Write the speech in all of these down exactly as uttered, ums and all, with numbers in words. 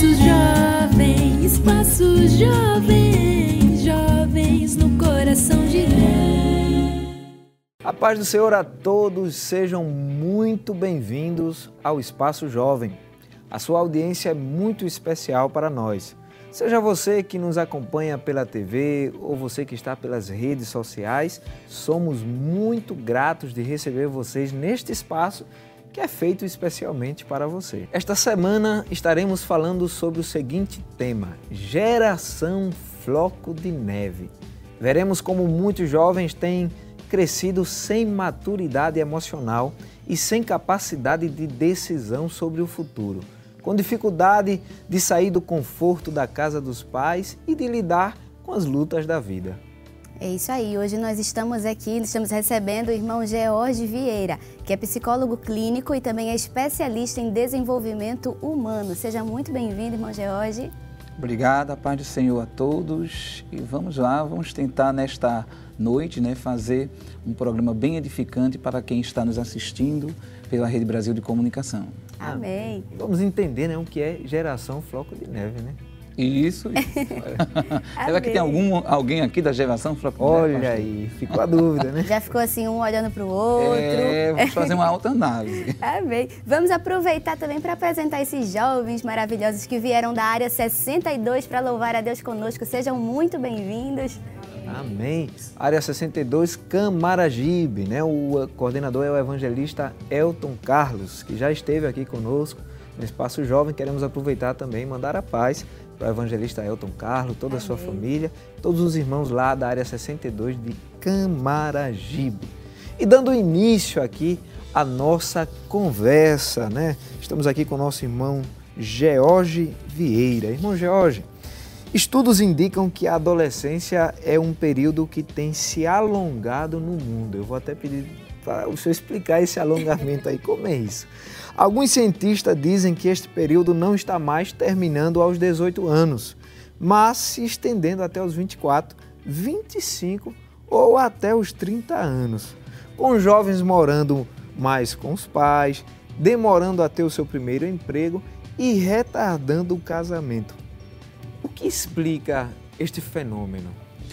Espaço Jovem, Espaço Jovem, jovens no coração de Deus. A paz do Senhor a todos, sejam muito bem-vindos ao Espaço Jovem. A sua audiência é muito especial para nós. Seja você que nos acompanha pela T V ou você que está pelas redes sociais, somos muito gratos de receber vocês neste espaço que é feito especialmente para você. Esta semana estaremos falando sobre o seguinte tema: Geração Floco de Neve. Veremos como muitos jovens têm crescido sem maturidade emocional e sem capacidade de decisão sobre o futuro, com dificuldade de sair do conforto da casa dos pais e de lidar com as lutas da vida. É isso aí, hoje nós estamos aqui, estamos recebendo o irmão George Vieira, que é psicólogo clínico e também é especialista em desenvolvimento humano. Seja muito bem-vindo, irmão George. Obrigado, a paz do Senhor a todos. E vamos lá, vamos tentar nesta noite, né, fazer um programa bem edificante para quem está nos assistindo pela Rede Brasil de Comunicação. Amém. Vamos entender, né, o que é geração Floco de Neve, né? Isso, isso. Será que tem algum, alguém aqui da geração Floco de Neve? Olha aí, ficou a dúvida, né? Já ficou assim, um olhando para o outro. É, vamos fazer uma alta análise. Amém. Vamos aproveitar também para apresentar esses jovens maravilhosos que vieram da área sessenta e dois para louvar a Deus conosco. Sejam muito bem-vindos. Amém. Área sessenta e dois, Camaragibe, né? O coordenador é o evangelista Elton Carlos, que já esteve aqui conosco no Espaço Jovem. Queremos aproveitar também e mandar a paz para o evangelista Elton Carlos, toda a sua família, todos os irmãos lá da área sessenta e dois de Camaragibe. E dando início aqui à nossa conversa, né? Estamos aqui com o nosso irmão George Vieira. Irmão George, estudos indicam que a adolescência é um período que tem se alongado no mundo. Eu vou até pedir para o senhor explicar esse alongamento aí, como é isso? Alguns cientistas dizem que este período não está mais terminando aos dezoito anos, mas se estendendo até os vinte e quatro, vinte e cinco ou até os trinta anos, com jovens morando mais com os pais, demorando a ter o seu primeiro emprego e retardando o casamento. O que explica este fenômeno?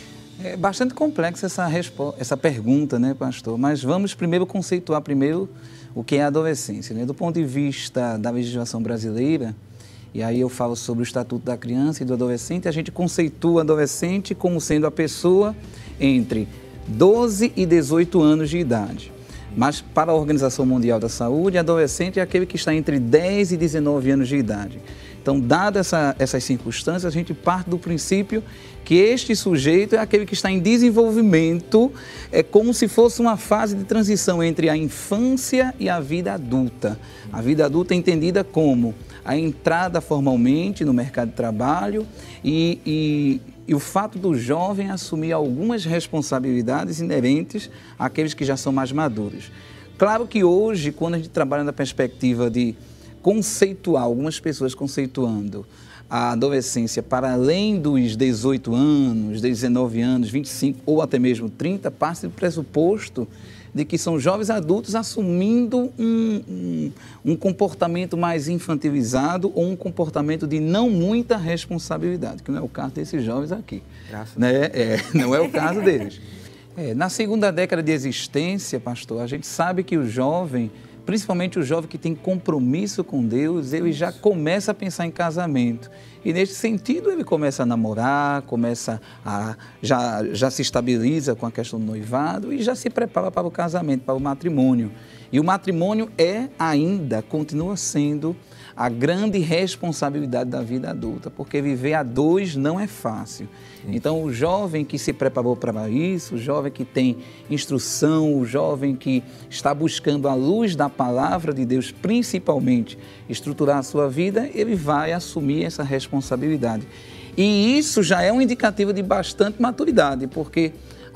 É bastante complexa essa, respo- essa pergunta, né, pastor? Mas vamos primeiro conceituar primeiro o que é a adolescência, né? Do ponto de vista da legislação brasileira, e aí eu falo sobre o Estatuto da Criança e do Adolescente, a gente conceitua o adolescente como sendo a pessoa entre doze e dezoito anos de idade. Mas para a Organização Mundial da Saúde, adolescente é aquele que está entre dez e dezenove anos de idade. Então, dadas essa, essas circunstâncias, a gente parte do princípio que este sujeito é aquele que está em desenvolvimento, é como se fosse uma fase de transição entre a infância e a vida adulta. A vida adulta é entendida como a entrada formalmente no mercado de trabalho e, e, e o fato do jovem assumir algumas responsabilidades inerentes àqueles que já são mais maduros. Claro que hoje, quando a gente trabalha na perspectiva de conceituar, algumas pessoas conceituando a adolescência para além dos dezoito anos, dezenove anos, vinte e cinco ou até mesmo trinta, parte do pressuposto de que são jovens adultos assumindo um, um, um comportamento mais infantilizado ou um comportamento de não muita responsabilidade, que não é o caso desses jovens aqui. Graças né? é, não é o caso deles. É, na segunda década de existência, pastor, a gente sabe que o jovem, principalmente o jovem que tem compromisso com Deus, ele já começa a pensar em casamento. E nesse sentido ele começa a namorar, começa a, já, já se estabiliza com a questão do noivado e já se prepara para o casamento, para o matrimônio. E o matrimônio é ainda, continua sendo a grande responsabilidade da vida adulta, porque viver a dois não é fácil. Então, o jovem que se preparou para isso, o jovem que tem instrução, o jovem que está buscando a luz da palavra de Deus, principalmente, estruturar a sua vida, ele vai assumir essa responsabilidade. E isso já é um indicativo de bastante maturidade, porque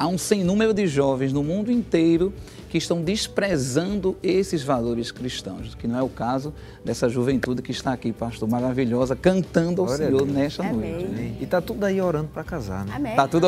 há um sem número de jovens no mundo inteiro que estão desprezando esses valores cristãos, que não é o caso dessa juventude que está aqui, pastor, maravilhosa, cantando ao Glória Senhor a Deus. nesta Amém. noite. Né? E tá tudo aí orando para casar, né? Amém. Tá tudo...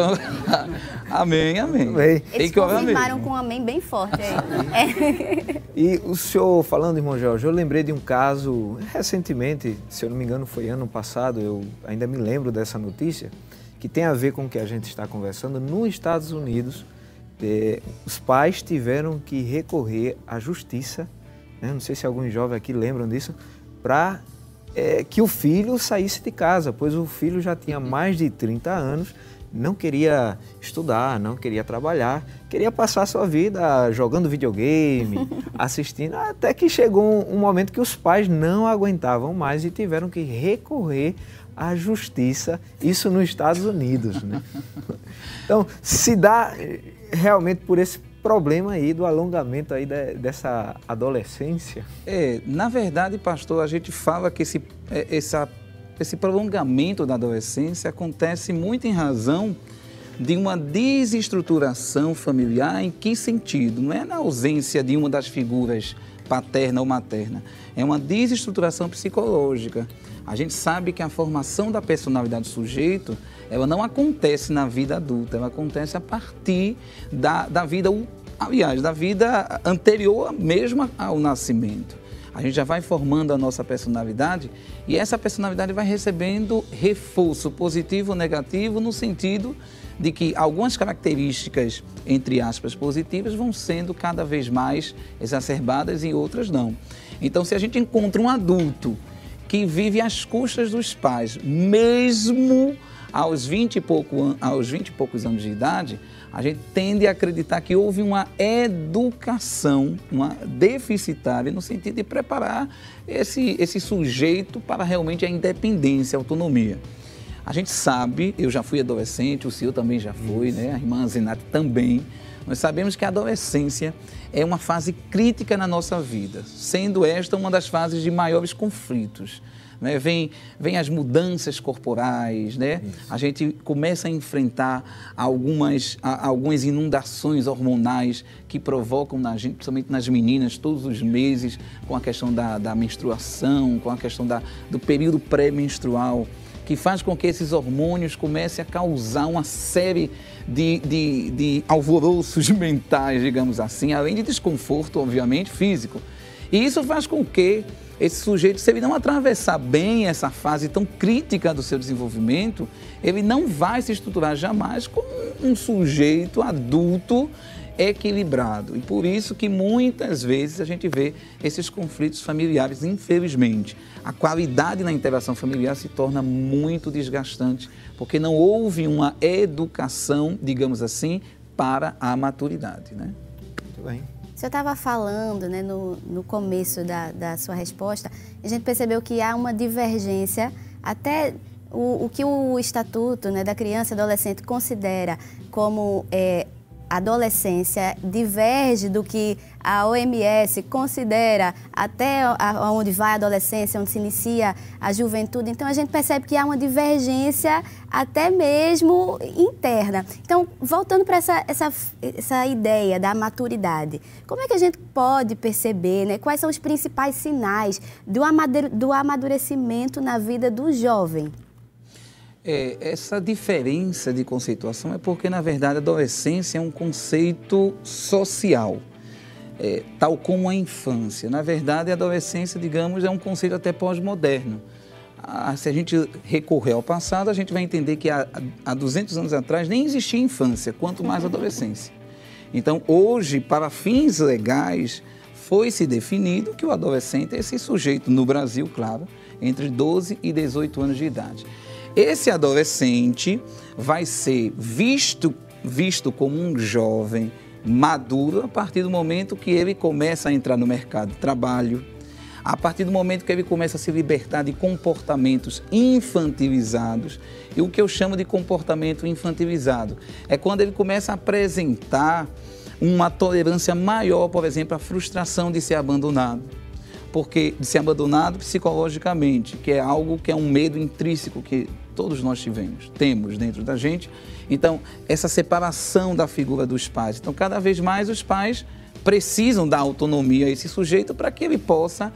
amém, amém. Amém. Tem Eles que orar confirmaram mesmo. com um amém bem forte aí. É. E o senhor, falando, irmão Jorge, eu lembrei de um caso, recentemente, se eu não me engano foi ano passado, eu ainda me lembro dessa notícia, que tem a ver com o que a gente está conversando. Nos Estados Unidos, eh, os pais tiveram que recorrer à justiça, né? Não sei se alguns jovens aqui lembram disso, para eh, que o filho saísse de casa, pois o filho já tinha mais de trinta anos, não queria estudar, não queria trabalhar, queria passar sua vida jogando videogame, assistindo, até que chegou um, um momento que os pais não aguentavam mais e tiveram que recorrer à justiça, isso nos Estados Unidos, né? Então, se dá realmente por esse problema aí do alongamento aí de, dessa adolescência. É, na verdade, pastor, a gente fala que esse, essa, esse prolongamento da adolescência acontece muito em razão de uma desestruturação familiar. Em que sentido? Não é na ausência de uma das figuras paterna ou materna, é uma desestruturação psicológica. A gente sabe que a formação da personalidade do sujeito, ela não acontece na vida adulta, ela acontece a partir da, da vida, aliás, da vida anterior mesmo ao nascimento. A gente já vai formando a nossa personalidade e essa personalidade vai recebendo reforço positivo ou negativo no sentido de que algumas características, entre aspas, positivas vão sendo cada vez mais exacerbadas e outras não. Então, se a gente encontra um adulto que vive às custas dos pais, mesmo aos vinte e, pouco, aos vinte e poucos anos de idade, a gente tende a acreditar que houve uma educação, uma deficitária, no sentido de preparar esse, esse sujeito para realmente a independência, a autonomia. A gente sabe, eu já fui adolescente, o senhor também já foi, né? A irmã Zenate também. Nós sabemos que a adolescência é uma fase crítica na nossa vida, sendo esta uma das fases de maiores conflitos. Né? Vem, vem as mudanças corporais, né? A gente começa a enfrentar algumas, a, algumas inundações hormonais que provocam na gente, principalmente nas meninas, todos os meses, com a questão da, da menstruação, com a questão da, do período pré-menstrual, que faz com que esses hormônios comecem a causar uma série de, de, de alvoroços mentais, digamos assim, além de desconforto, obviamente, físico. E isso faz com que esse sujeito, se ele não atravessar bem essa fase tão crítica do seu desenvolvimento, ele não vai se estruturar jamais como um sujeito adulto equilibrado. E por isso que muitas vezes a gente vê esses conflitos familiares, infelizmente. A qualidade na interação familiar se torna muito desgastante, porque não houve uma educação, digamos assim, para a maturidade, né? Muito bem. O senhor estava falando, né, no, no começo da, da sua resposta, a gente percebeu que há uma divergência, até o, o que o Estatuto, né, da Criança e Adolescente considera como é, adolescência diverge do que a O M S considera até a, onde vai a adolescência, onde se inicia a juventude. Então, a gente percebe que há uma divergência até mesmo interna. Então, voltando para essa, essa, essa ideia da maturidade, como é que a gente pode perceber, né, quais são os principais sinais do, amadure, do amadurecimento na vida do jovem? É, essa diferença de conceituação é porque, na verdade, a adolescência é um conceito social, é, tal como a infância. Na verdade, a adolescência, digamos, é um conceito até pós-moderno. Ah, se a gente recorrer ao passado, a gente vai entender que há, há duzentos anos atrás nem existia infância, quanto mais adolescência. Então, hoje, para fins legais, foi-se definido que o adolescente é esse sujeito, no Brasil, claro, entre doze e dezoito anos de idade. Esse adolescente vai ser visto, visto como um jovem maduro a partir do momento que ele começa a entrar no mercado de trabalho, a partir do momento que ele começa a se libertar de comportamentos infantilizados. E o que eu chamo de comportamento infantilizado é quando ele começa a apresentar uma tolerância maior, por exemplo, à frustração de ser abandonado, porque de ser abandonado psicologicamente, que é algo que é um medo intrínseco que todos nós tivemos, temos dentro da gente. Então, essa separação da figura dos pais. Então, cada vez mais os pais precisam dar autonomia a esse sujeito para que ele possa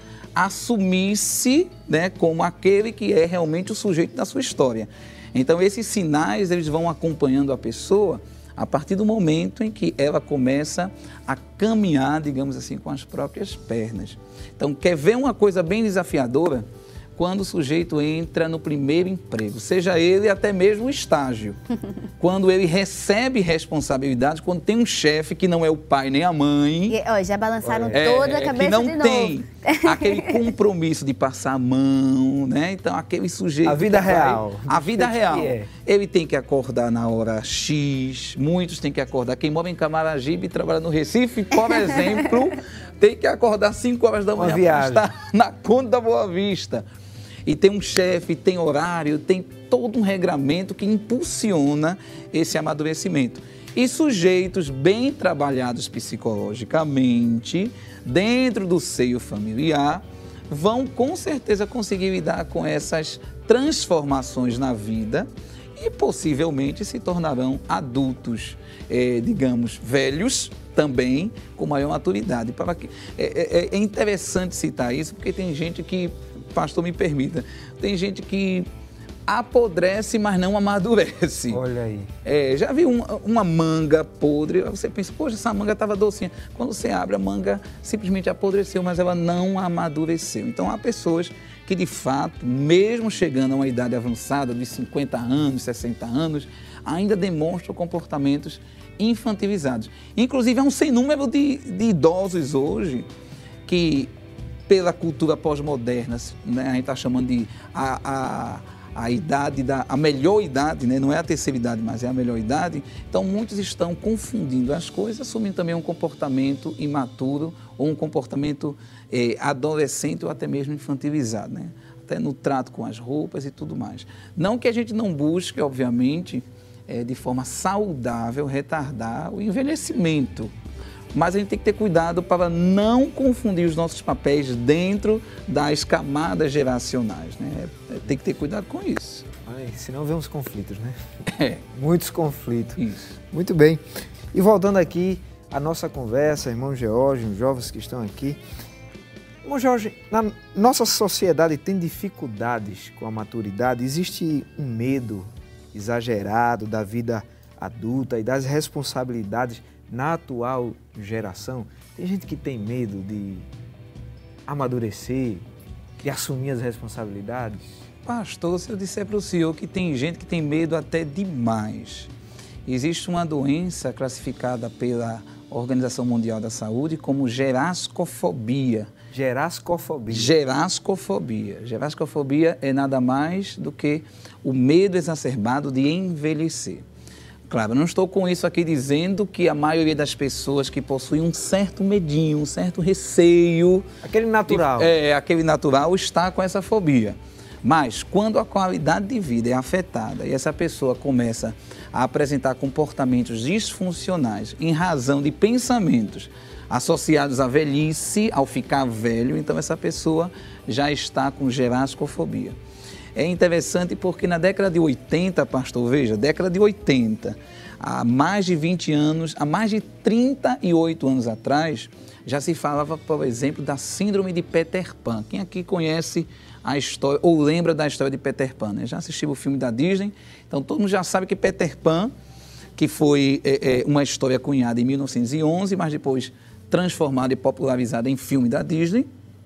assumir-se, né, como aquele que é realmente o sujeito da sua história. Então, esses sinais, eles vão acompanhando a pessoa a partir do momento em que ela começa a caminhar, digamos assim, com as próprias pernas. Então, quer ver uma coisa bem desafiadora? Quando o sujeito entra no primeiro emprego, seja ele até mesmo o estágio. Quando ele recebe responsabilidade, quando tem um chefe que não é o pai nem a mãe. E, ó, já balançaram é, toda a cabeça que não de tem novo. aquele compromisso de passar a mão, né? Então, aquele sujeito... A vida vai, real. A vida real. É. Ele tem que acordar na hora X, muitos têm que acordar. Quem mora em Camaragibe e trabalha no Recife, por exemplo, tem que acordar cinco horas da manhã para estar na Conde da Boa Vista. E tem um chefe, tem horário, tem todo um regramento que impulsiona esse amadurecimento. E sujeitos bem trabalhados psicologicamente, dentro do seio familiar, vão com certeza conseguir lidar com essas transformações na vida e possivelmente se tornarão adultos, eh, digamos, velhos também, com maior maturidade. Para que, é, é, é interessante citar isso, porque tem gente que, pastor, me permita, tem gente que apodrece, mas não amadurece. Olha aí. É, já vi uma, uma manga podre, você pensa, poxa, essa manga estava docinha. Quando você abre, a manga simplesmente apodreceu, mas ela não amadureceu. Então, há pessoas que, de fato, mesmo chegando a uma idade avançada, de cinquenta anos, sessenta anos, ainda demonstram comportamentos infantilizados. Inclusive, há um sem número de, de idosos hoje que, pela cultura pós-moderna, né, a gente está chamando de a, a, a idade, da, a melhor idade, né, não é a terceira idade, mas é a melhor idade. Então, muitos estão confundindo as coisas, assumindo também um comportamento imaturo ou um comportamento eh, adolescente ou até mesmo infantilizado, né? Até no trato com as roupas e tudo mais. Não que a gente não busque, obviamente, eh, de forma saudável, retardar o envelhecimento. Mas a gente tem que ter cuidado para não confundir os nossos papéis dentro das camadas geracionais, né? Tem que ter cuidado com isso. Ai, senão vemos conflitos, né? É. Muitos conflitos. Isso. Muito bem. E voltando aqui à nossa conversa, irmão George, os jovens que estão aqui. Irmão Jorge, na nossa sociedade tem dificuldades com a maturidade? Existe um medo exagerado da vida adulta e das responsabilidades na atual geração? Tem gente que tem medo de amadurecer, de assumir as responsabilidades? Pastor, se eu disser para o senhor que tem gente que tem medo até demais. Existe uma doença classificada pela Organização Mundial da Saúde como gerascofobia. Gerascofobia. Gerascofobia. Gerascofobia é nada mais do que o medo exacerbado de envelhecer. Claro, eu não estou com isso aqui dizendo que a maioria das pessoas que possuem um certo medinho, um certo receio... Aquele natural. É, aquele natural está com essa fobia. Mas quando a qualidade de vida é afetada e essa pessoa começa a apresentar comportamentos disfuncionais em razão de pensamentos associados à velhice, ao ficar velho, então essa pessoa já está com gerascofobia. É interessante porque na década de oitenta, pastor, veja, década de oitenta, há mais de vinte anos, há mais de trinta e oito anos atrás, já se falava, por exemplo, da síndrome de Peter Pan. Quem aqui conhece a história, ou lembra da história de Peter Pan, né? Já assistiu o filme da Disney, então todo mundo já sabe que Peter Pan, que foi é, é, uma história cunhada em mil novecentos e onze, mas depois transformada e popularizada em filme da Disney,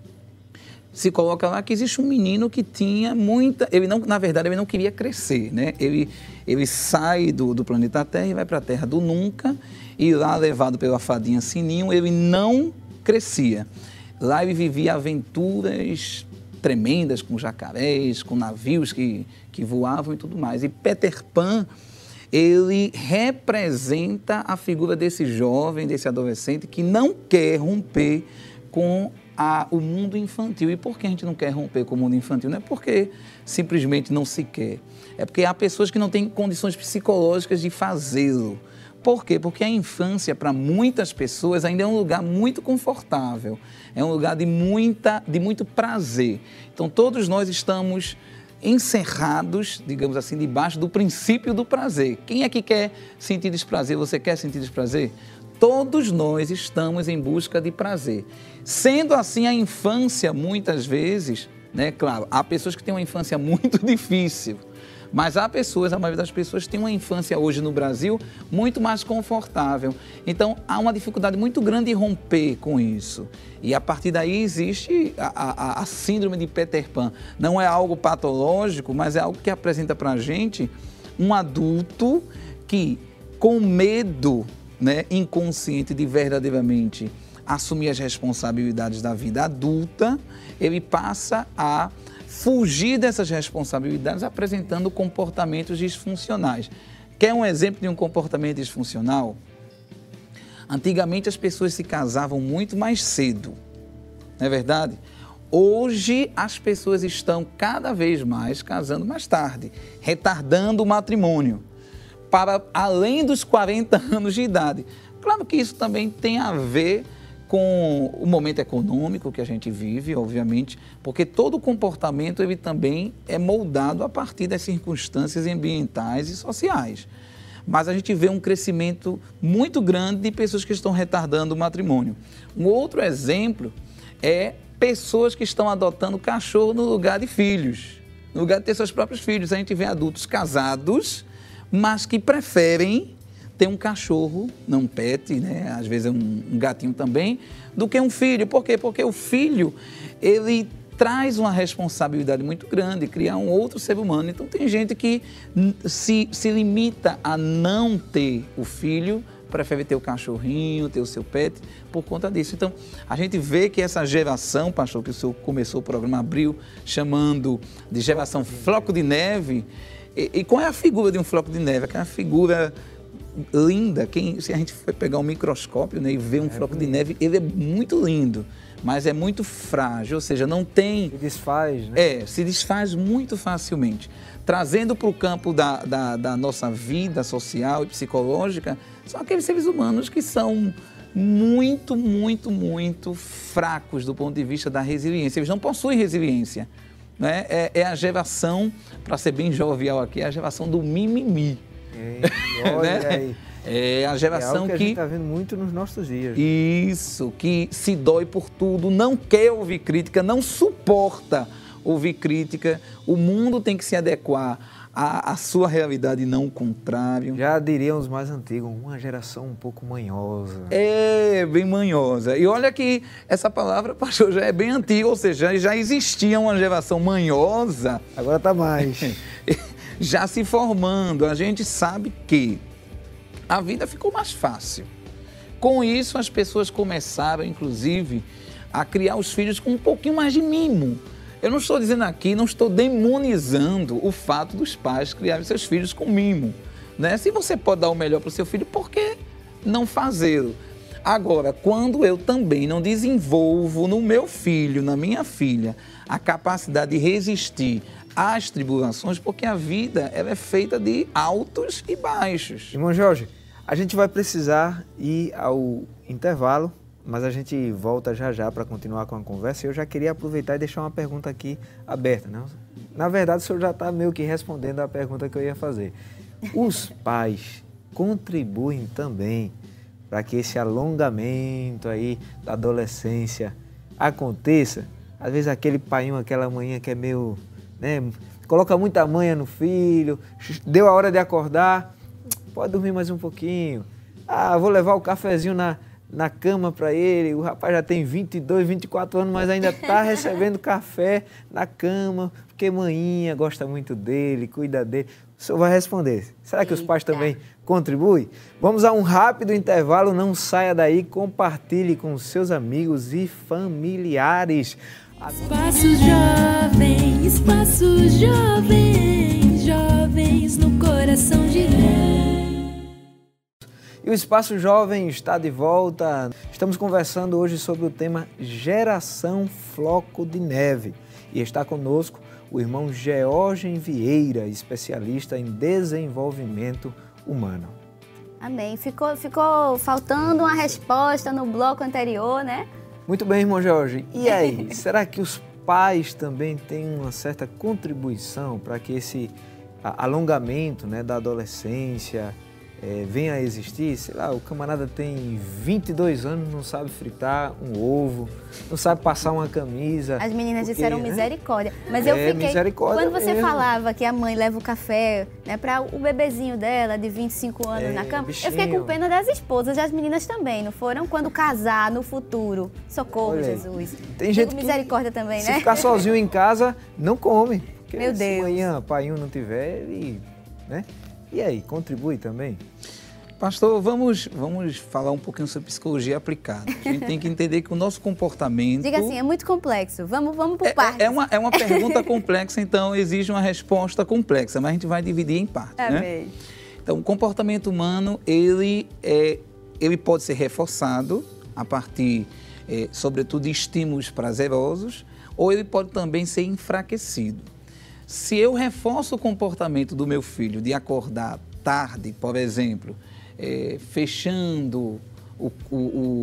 se coloca lá que existe um menino que tinha muita... Ele não, na verdade, ele não queria crescer, né? Ele, ele sai do, do planeta Terra e vai para a Terra do Nunca, e lá, levado pela fadinha Sininho, ele não crescia. Lá ele vivia aventuras tremendas com jacarés, com navios que, que voavam e tudo mais. E Peter Pan, ele representa a figura desse jovem, desse adolescente que não quer romper com a, o mundo infantil. E por que a gente não quer romper com o mundo infantil? Não é porque simplesmente não se quer. É porque há pessoas que não têm condições psicológicas de fazê-lo. Por quê? Porque a infância, para muitas pessoas, ainda é um lugar muito confortável, é um lugar de, muita, de muito prazer. Então, todos nós estamos encerrados, digamos assim, debaixo do princípio do prazer. Quem é que quer sentir desprazer? Você quer sentir desprazer? Todos nós estamos em busca de prazer. Sendo assim, a infância, muitas vezes, né, claro, há pessoas que têm uma infância muito difícil, mas há pessoas, a maioria das pessoas tem uma infância hoje no Brasil muito mais confortável. Então, há uma dificuldade muito grande de romper com isso. E a partir daí existe a, a, a síndrome de Peter Pan. Não é algo patológico, mas é algo que apresenta para a gente um adulto que, com medo, né, inconsciente de verdadeiramente assumir as responsabilidades da vida adulta, ele passa a fugir dessas responsabilidades apresentando comportamentos disfuncionais. Quer um exemplo de um comportamento disfuncional? Antigamente as pessoas se casavam muito mais cedo, não é verdade? Hoje as pessoas estão cada vez mais casando mais tarde, retardando o matrimônio para além dos quarenta anos de idade. Claro que isso também tem a ver com o momento econômico que a gente vive, obviamente, porque todo comportamento ele também é moldado a partir das circunstâncias ambientais e sociais. Mas a gente vê um crescimento muito grande de pessoas que estão retardando o matrimônio. Um outro exemplo é pessoas que estão adotando cachorro no lugar de filhos, no lugar de ter seus próprios filhos. A gente vê adultos casados, mas que preferem ter um cachorro, não um pet, né? Às vezes é um, um gatinho também, do que um filho. Por quê? Porque o filho, ele traz uma responsabilidade muito grande, criar um outro ser humano. Então tem gente que se, se limita a não ter o filho, prefere ter o cachorrinho, ter o seu pet, por conta disso. Então, a gente vê que essa geração, pastor, que o senhor começou o programa, abriu, chamando de geração floco de neve. E, e qual é a figura de um floco de neve? Aquela figura linda. Quem, se a gente for pegar um microscópio, né, e ver um é floco bonito. de neve, ele é muito lindo, mas é muito frágil, ou seja, não tem... Se desfaz, né? É, se desfaz muito facilmente. Trazendo para o campo da, da, da nossa vida social e psicológica, são aqueles seres humanos que são muito, muito, muito fracos do ponto de vista da resiliência. Eles não possuem resiliência, né? É, é a geração, para ser bem jovial aqui, é a geração do mimimi. E olha né? aí. É a geração é algo que... a que gente está vendo muito nos nossos dias. Isso, que se dói por tudo, não quer ouvir crítica, não suporta ouvir crítica. O mundo tem que se adequar à, à sua realidade, não o contrário. Já diriam os mais antigos, uma geração um pouco manhosa. É, bem manhosa. E olha que essa palavra, pastor, já é bem antiga, ou seja, já existia uma geração manhosa. Agora está mais. Já se formando. A gente sabe que a vida ficou mais fácil. Com isso, as pessoas começaram, inclusive, a criar os filhos com um pouquinho mais de mimo. Eu não estou dizendo aqui, não estou demonizando o fato dos pais criarem seus filhos com mimo, né? Se você pode dar o melhor para o seu filho, por que não fazê-lo? Agora, quando eu também não desenvolvo no meu filho, na minha filha, a capacidade de resistir às tribulações, porque a vida ela é feita de altos e baixos. Irmão Jorge, a gente vai precisar ir ao intervalo, mas a gente volta já já para continuar com a conversa. Eu já queria aproveitar e deixar uma pergunta aqui aberta, né? Na verdade, o senhor já está meio que respondendo a pergunta que eu ia fazer. Os pais contribuem também para que esse alongamento aí da adolescência aconteça? Às vezes aquele paiinho, aquela manhã que é meio, né, coloca muita manha no filho, deu a hora de acordar, pode dormir mais um pouquinho. Ah, vou levar o cafezinho na, na cama para ele, o rapaz já tem vinte e dois, vinte e quatro anos, mas ainda está recebendo café na cama, porque manhinha gosta muito dele, cuida dele. O senhor vai responder. Será que os pais também contribuem? Vamos a um rápido intervalo, não saia daí, compartilhe com seus amigos e familiares. Espaços jovens, espaços jovens, jovens no coração de Deus. E o Espaço Jovem está de volta. Estamos conversando hoje sobre o tema Geração Floco de Neve. E está conosco o irmão George Vieira, especialista em desenvolvimento humano. Amém. Ficou, ficou faltando uma resposta no bloco anterior, né? Muito bem, irmão Jorge. E aí, será que os pais também têm uma certa contribuição para que esse alongamento, né, da adolescência é, venha a existir? Sei lá, o camarada tem vinte e dois anos, não sabe fritar um ovo, não sabe passar uma camisa. As meninas porque, disseram né? misericórdia. Mas É, eu fiquei... misericórdia Quando você mesmo. falava que a mãe leva o café, né, para o bebezinho dela, de vinte e cinco anos, É, na cama, bichinho. eu fiquei com pena das esposas, das meninas também, não foram? Quando casar no futuro. Socorro, Olha aí. Jesus. Tem gente Digo que, misericórdia também, se né? ficar sozinho em casa, não come. Porque Meu se Deus. amanhã pai não tiver, e, né? E aí, contribui também? Pastor, vamos, vamos falar um pouquinho sobre psicologia aplicada. A gente tem que entender que o nosso comportamento... Diga assim, é muito complexo. Vamos, vamos por É, partes. é, uma, é uma pergunta complexa, então exige uma resposta complexa, mas a gente vai dividir em partes, né? Amém. Então, o comportamento humano, ele, é, ele pode ser reforçado a partir, é, sobretudo, de estímulos prazerosos, ou ele pode também ser enfraquecido. Se eu reforço o comportamento do meu filho de acordar tarde, por exemplo, é, fechando, o, o, o,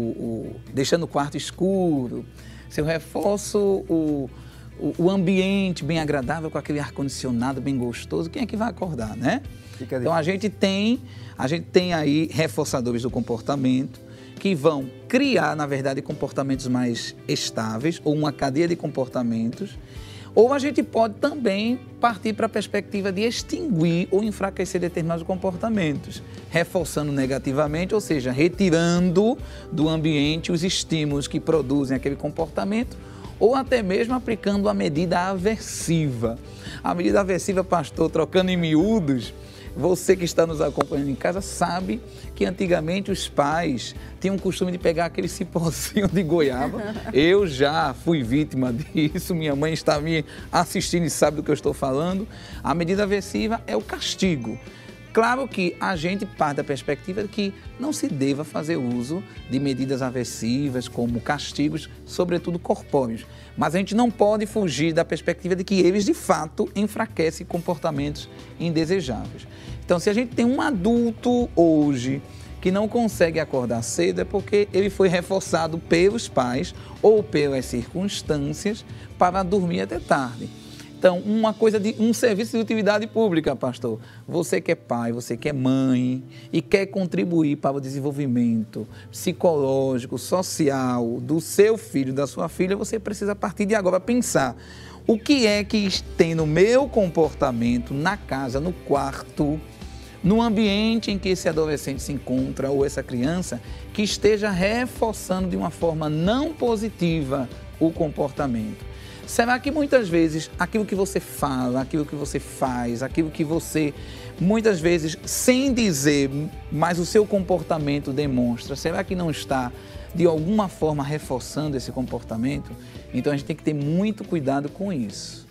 o, deixando o quarto escuro, se eu reforço o, o, o ambiente bem agradável, com aquele ar-condicionado bem gostoso, quem é que vai acordar, né? Fica Então, a gente, tem, a gente tem aí reforçadores do comportamento que vão criar, na verdade, comportamentos mais estáveis ou uma cadeia de comportamentos. Ou a gente pode também partir para a perspectiva de extinguir ou enfraquecer determinados comportamentos, reforçando negativamente, ou seja, retirando do ambiente os estímulos que produzem aquele comportamento, ou até mesmo aplicando a medida aversiva. A medida aversiva, pastor, trocando em miúdos, você que está nos acompanhando em casa sabe que antigamente os pais tinham o costume de pegar aquele cipózinho de goiaba. Eu já fui vítima disso, minha mãe está me assistindo e sabe do que eu estou falando. A medida aversiva é o castigo. Claro que a gente parte da perspectiva de que não se deva fazer uso de medidas aversivas como castigos, sobretudo corpóreos. Mas a gente não pode fugir da perspectiva de que eles, de fato, enfraquecem comportamentos indesejáveis. Então, se a gente tem um adulto hoje que não consegue acordar cedo, é porque ele foi reforçado pelos pais ou pelas circunstâncias para dormir até tarde. Então, uma coisa de um serviço de utilidade pública, pastor. Você que é pai, você que é mãe e quer contribuir para o desenvolvimento psicológico, social do seu filho, da sua filha, você precisa, a partir de agora, pensar o que é que tem no meu comportamento, na casa, no quarto, no ambiente em que esse adolescente se encontra ou essa criança, que esteja reforçando de uma forma não positiva o comportamento. Será que muitas vezes aquilo que você fala, aquilo que você faz, aquilo que você, muitas vezes, sem dizer, mas o seu comportamento demonstra, será que não está, de alguma forma, reforçando esse comportamento? Então, a gente tem que ter muito cuidado com isso.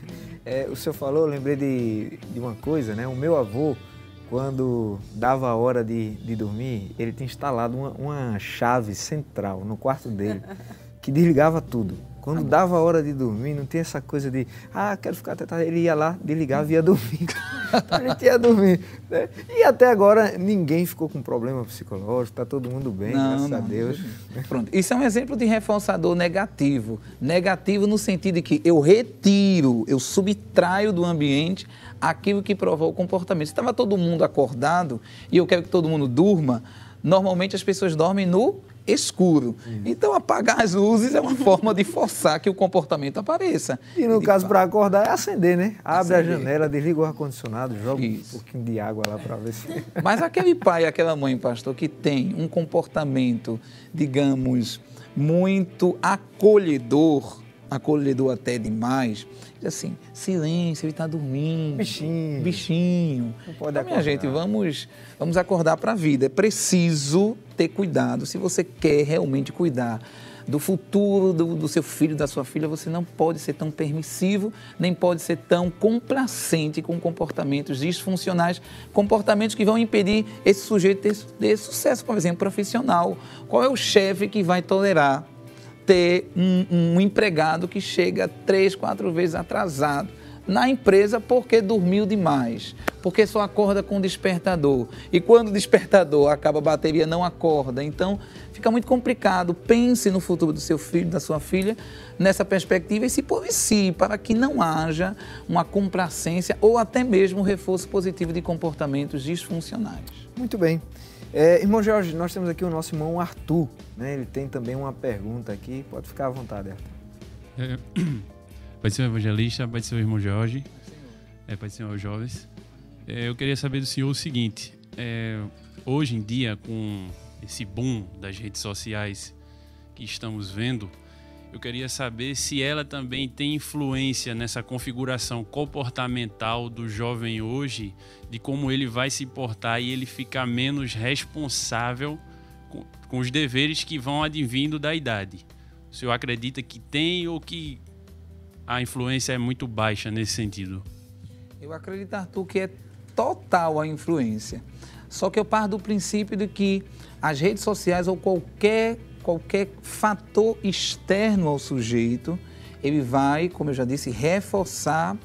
É, o senhor falou, eu lembrei de, de uma coisa, né? O meu avô, quando dava a hora de, de dormir, ele tinha instalado uma, uma chave central no quarto dele, que desligava tudo. Quando dava a hora de dormir, não tinha essa coisa de, ah, quero ficar até tarde. Ele ia lá, desligava e ia dormir. A gente ia dormir. Né? E até agora ninguém ficou com problema psicológico, está todo mundo bem, Não, graças não, a Deus. Pronto. Isso é um exemplo de reforçador negativo. Negativo no sentido de que eu retiro, eu subtraio do ambiente aquilo que provou o comportamento. Se estava todo mundo acordado e eu quero que todo mundo durma, normalmente as pessoas dormem no escuro. Então, apagar as luzes é uma forma de forçar que o comportamento apareça. E no de caso, fato. para acordar, é acender, né? Abre Acender. a janela, desliga o ar-condicionado, joga Isso. um pouquinho de água lá para ver se... Mas aquele pai, aquela mãe, pastor, que tem um comportamento, digamos, muito acolhedor, acolhedor até demais, diz assim, silêncio, ele está dormindo. Bichinho. Bichinho. Não pode Então, minha acordar. gente, vamos, vamos acordar para a vida. É preciso ter cuidado. Se você quer realmente cuidar do futuro do, do seu filho, da sua filha, você não pode ser tão permissivo, nem pode ser tão complacente com comportamentos disfuncionais, comportamentos que vão impedir esse sujeito de ter, ter sucesso, por exemplo, profissional. Qual é o chefe que vai tolerar ter um, um empregado que chega três, quatro vezes atrasado na empresa porque dormiu demais, porque só acorda com o despertador. E quando o despertador acaba a bateria, não acorda. Então, fica muito complicado. Pense no futuro do seu filho, da sua filha, nessa perspectiva e se policie para que não haja uma complacência ou até mesmo um reforço positivo de comportamentos disfuncionais. Muito bem. É, irmão Jorge, nós temos aqui o nosso irmão Arthur, né? Ele tem também uma pergunta aqui. Pode ficar à vontade, Arthur. É, pode ser o evangelista, pode ser o irmão Jorge, é, pode ser os jovens. É, eu queria saber do senhor o seguinte, é, hoje em dia, com esse boom das redes sociais que estamos vendo, eu queria saber se ela também tem influência nessa configuração comportamental do jovem hoje, de como ele vai se portar e ele ficar menos responsável com, com os deveres que vão advindo da idade. O senhor acredita que tem ou que a influência é muito baixa nesse sentido? Eu acredito, Arthur, que é total a influência. Só que eu parto do princípio de que as redes sociais ou qualquer, qualquer fator externo ao sujeito, ele vai, como eu já disse, reforçar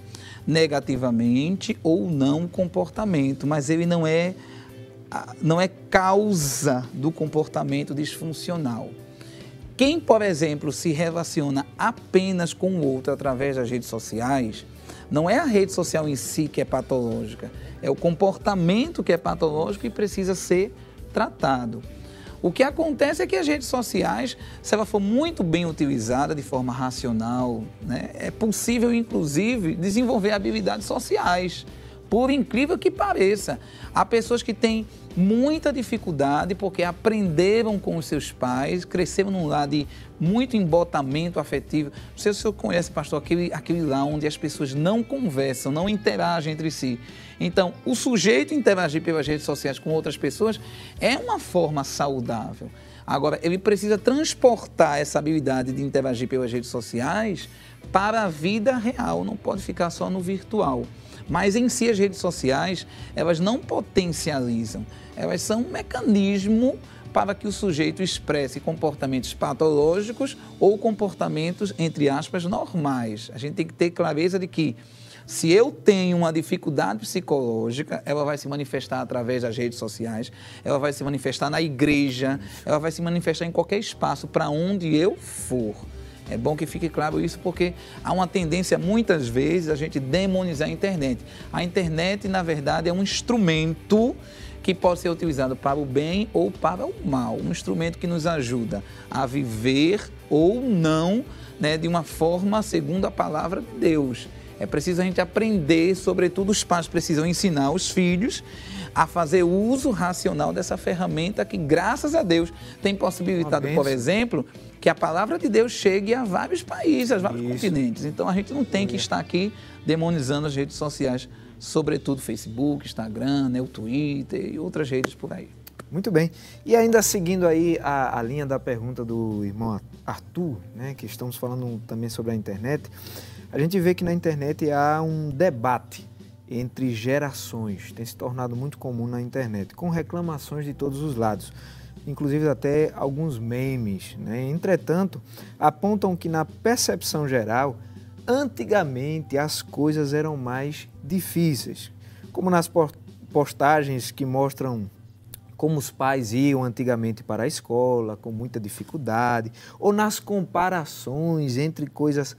negativamente ou não o comportamento, mas ele não é, não é causa do comportamento disfuncional. Quem, por exemplo, se relaciona apenas com o outro através das redes sociais, não é a rede social em si que é patológica, é o comportamento que é patológico e precisa ser tratado. O que acontece é que as redes sociais, se ela for muito bem utilizada de forma racional, né, é possível, inclusive, desenvolver habilidades sociais. Por incrível que pareça, há pessoas que têm muita dificuldade porque aprenderam com os seus pais, cresceram num lar de muito embotamento afetivo. Não sei se o senhor conhece, pastor, aquele, aquele lá onde as pessoas não conversam, não interagem entre si. Então, o sujeito interagir pelas redes sociais com outras pessoas é uma forma saudável. Agora, ele precisa transportar essa habilidade de interagir pelas redes sociais para a vida real, não pode ficar só no virtual. Mas em si as redes sociais, elas não potencializam, elas são um mecanismo para que o sujeito expresse comportamentos patológicos ou comportamentos, entre aspas, normais. A gente tem que ter clareza de que se eu tenho uma dificuldade psicológica, ela vai se manifestar através das redes sociais, ela vai se manifestar na igreja, ela vai se manifestar em qualquer espaço para onde eu for. É bom que fique claro isso porque há uma tendência, muitas vezes, a gente demonizar a internet. A internet, na verdade, é um instrumento que pode ser utilizado para o bem ou para o mal. Um instrumento que nos ajuda a viver ou não, né, de uma forma segundo a palavra de Deus. É preciso a gente aprender, sobretudo os pais precisam ensinar os filhos a fazer uso racional dessa ferramenta que, graças a Deus, tem possibilitado, por exemplo, que a palavra de Deus chegue a vários países, a vários Isso. continentes. Então, a gente não tem que estar aqui demonizando as redes sociais, sobretudo Facebook, Instagram, né, o Twitter e outras redes por aí. Muito bem. E ainda seguindo aí a, a linha da pergunta do irmão Arthur, né, que estamos falando também sobre a internet, a gente vê que na internet há um debate entre gerações, tem se tornado muito comum na internet, com reclamações de todos os lados, inclusive até alguns memes, né? Entretanto, apontam que na percepção geral, antigamente as coisas eram mais difíceis, como nas postagens que mostram como os pais iam antigamente para a escola, com muita dificuldade, ou nas comparações entre coisas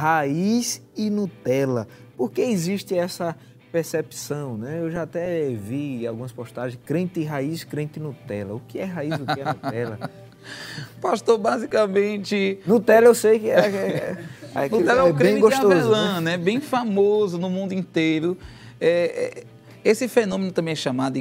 raiz e Nutella. Por que existe essa percepção, né? Eu já até vi algumas postagens, crente raiz, crente Nutella. O que é raiz, o que é Nutella? Pastor, basicamente... Nutella eu sei que é, é, é, Nutella é, é um creme bem gostoso, de avelã, né? né? Bem famoso no mundo inteiro. É, é, esse fenômeno também é chamado de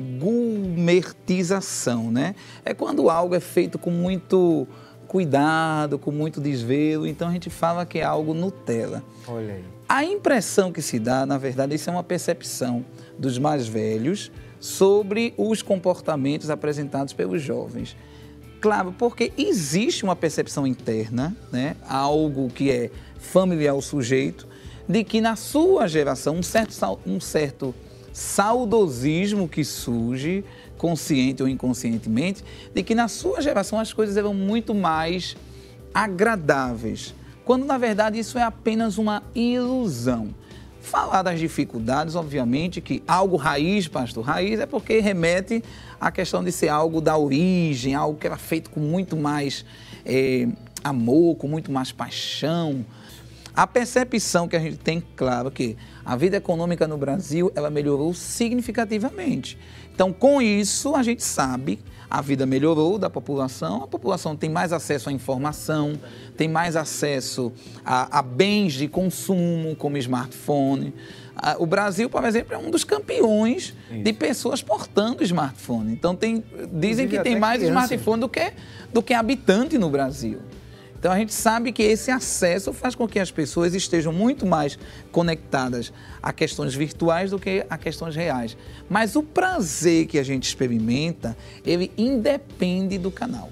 gourmetização, né? É quando algo é feito com muito cuidado, com muito desvelo, então a gente fala que é algo Nutella. Olha aí. A impressão que se dá, na verdade, isso é uma percepção dos mais velhos sobre os comportamentos apresentados pelos jovens. Claro, porque existe uma percepção interna, né, algo que é familiar ao sujeito, de que na sua geração, um certo, um certo saudosismo que surge, consciente ou inconscientemente, de que na sua geração as coisas eram muito mais agradáveis, quando na verdade isso é apenas uma ilusão. Falar das dificuldades, obviamente, que algo raiz, pastor, raiz é porque remete à questão de ser algo da origem, algo que era feito com muito mais é, amor, com muito mais paixão. A percepção que a gente tem, claro, que a vida econômica no Brasil, ela melhorou significativamente. Então, com isso, a gente sabe, a vida melhorou da população, a população tem mais acesso à informação, tem mais acesso a, a bens de consumo, como smartphone. O Brasil, por exemplo, é um dos campeões Isso. de pessoas portando smartphone. Então, tem, dizem que tem mais criança. smartphone do que, do que habitante no Brasil. Então, a gente sabe que esse acesso faz com que as pessoas estejam muito mais conectadas a questões virtuais do que a questões reais. Mas o prazer que a gente experimenta, ele independe do canal.